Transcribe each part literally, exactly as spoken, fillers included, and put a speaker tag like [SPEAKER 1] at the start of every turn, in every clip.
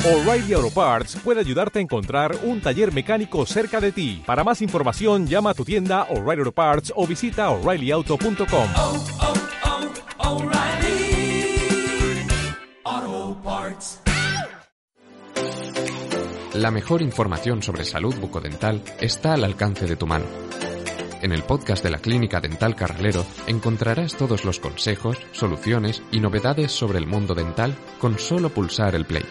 [SPEAKER 1] O'Reilly Auto Parts puede ayudarte a encontrar un taller mecánico cerca de ti. Para más información, llama a tu tienda O'Reilly Auto Parts o visita O'Reilly Auto punto com.
[SPEAKER 2] Oh, oh, oh, O'Reilly Auto Parts.
[SPEAKER 3] La mejor información sobre salud bucodental está al alcance de tu mano. En el podcast de la Clínica Dental Carralero encontrarás todos los consejos, soluciones y novedades sobre el mundo dental con solo pulsar el play.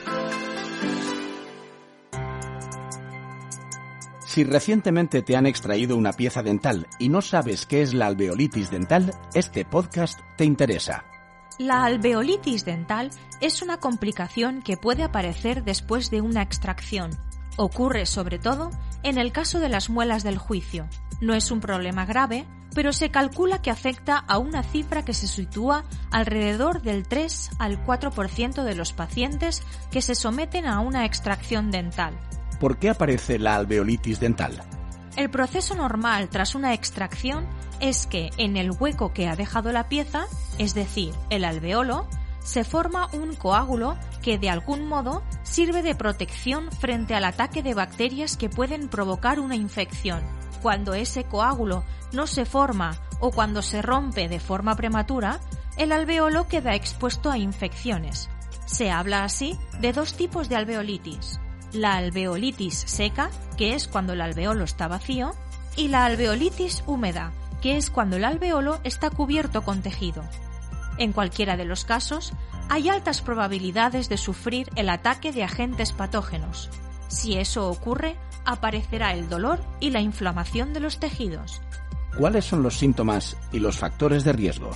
[SPEAKER 4] Si recientemente te han extraído una pieza dental y no sabes qué es la alveolitis dental, este podcast te interesa.
[SPEAKER 5] La alveolitis dental es una complicación que puede aparecer después de una extracción. Ocurre sobre todo en el caso de las muelas del juicio. No es un problema grave, pero se calcula que afecta a una cifra que se sitúa alrededor del tres al cuatro por ciento de los pacientes que se someten a una extracción dental.
[SPEAKER 4] ¿Por qué aparece la alveolitis dental?
[SPEAKER 5] El proceso normal tras una extracción es que en el hueco que ha dejado la pieza, es decir, el alveolo, se forma un coágulo que de algún modo sirve de protección frente al ataque de bacterias que pueden provocar una infección. Cuando ese coágulo no se forma o cuando se rompe de forma prematura, el alveolo queda expuesto a infecciones. Se habla así de dos tipos de alveolitis: la alveolitis seca, que es cuando el alveolo está vacío, y la alveolitis húmeda, que es cuando el alveolo está cubierto con tejido. En cualquiera de los casos, hay altas probabilidades de sufrir el ataque de agentes patógenos. Si eso ocurre, aparecerá el dolor y la inflamación de los tejidos.
[SPEAKER 4] ¿Cuáles son los síntomas y los factores de riesgo?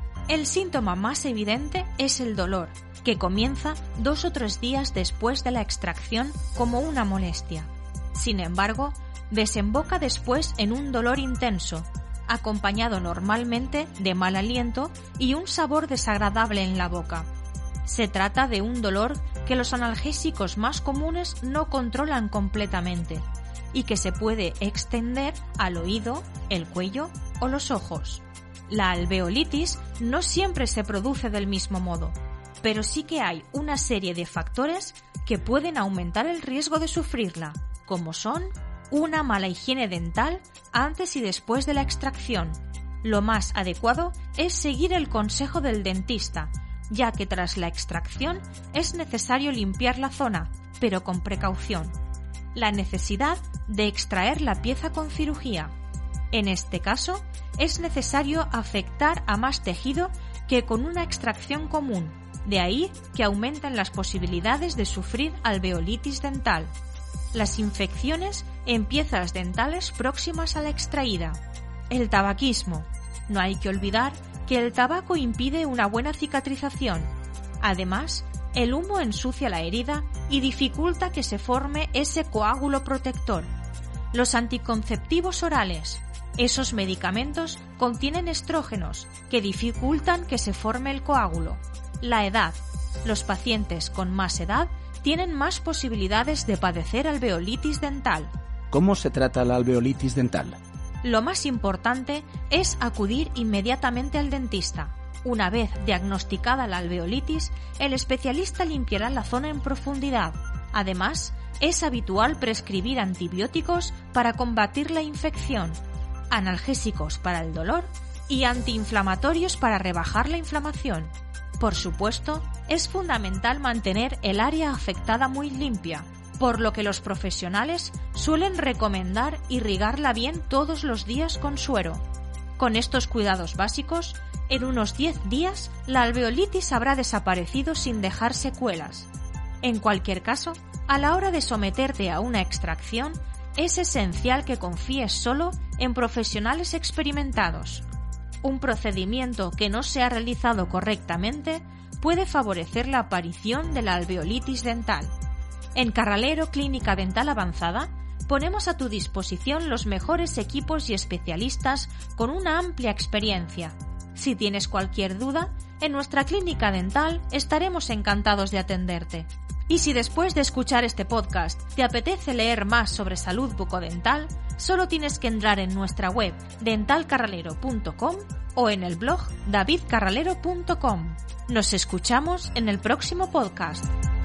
[SPEAKER 5] El síntoma más evidente es el dolor, que comienza dos o tres días después de la extracción como una molestia. Sin embargo, desemboca después en un dolor intenso, acompañado normalmente de mal aliento y un sabor desagradable en la boca. Se trata de un dolor que los analgésicos más comunes no controlan completamente y que se puede extender al oído, el cuello o los ojos. La alveolitis no siempre se produce del mismo modo, pero sí que hay una serie de factores que pueden aumentar el riesgo de sufrirla, como son una mala higiene dental antes y después de la extracción. Lo más adecuado es seguir el consejo del dentista, ya que tras la extracción es necesario limpiar la zona, pero con precaución. La necesidad de extraer la pieza con cirugía. En este caso, es necesario afectar a más tejido que con una extracción común, de ahí que aumentan las posibilidades de sufrir alveolitis dental. Las infecciones en piezas dentales próximas a la extraída. El tabaquismo. No hay que olvidar que el tabaco impide una buena cicatrización. Además, el humo ensucia la herida y dificulta que se forme ese coágulo protector. Los anticonceptivos orales. Esos medicamentos contienen estrógenos que dificultan que se forme el coágulo. La edad. Los pacientes con más edad tienen más posibilidades de padecer alveolitis dental.
[SPEAKER 4] ¿Cómo se trata la alveolitis dental?
[SPEAKER 5] Lo más importante es acudir inmediatamente al dentista. Una vez diagnosticada la alveolitis, el especialista limpiará la zona en profundidad. Además, es habitual prescribir antibióticos para combatir la infección, analgésicos para el dolor y antiinflamatorios para rebajar la inflamación. Por supuesto, es fundamental mantener el área afectada muy limpia, por lo que los profesionales suelen recomendar irrigarla bien todos los días con suero. Con estos cuidados básicos, en unos diez días la alveolitis habrá desaparecido sin dejar secuelas. En cualquier caso, a la hora de someterte a una extracción, es esencial que confíes solo en profesionales experimentados. Un procedimiento que no se ha realizado correctamente puede favorecer la aparición de la alveolitis dental. En Carralero Clínica Dental Avanzada ponemos a tu disposición los mejores equipos y especialistas con una amplia experiencia. Si tienes cualquier duda, en nuestra clínica dental estaremos encantados de atenderte. Y si después de escuchar este podcast te apetece leer más sobre salud bucodental, solo tienes que entrar en nuestra web dental carralero punto com o en el blog david carralero punto com. Nos escuchamos en el próximo podcast.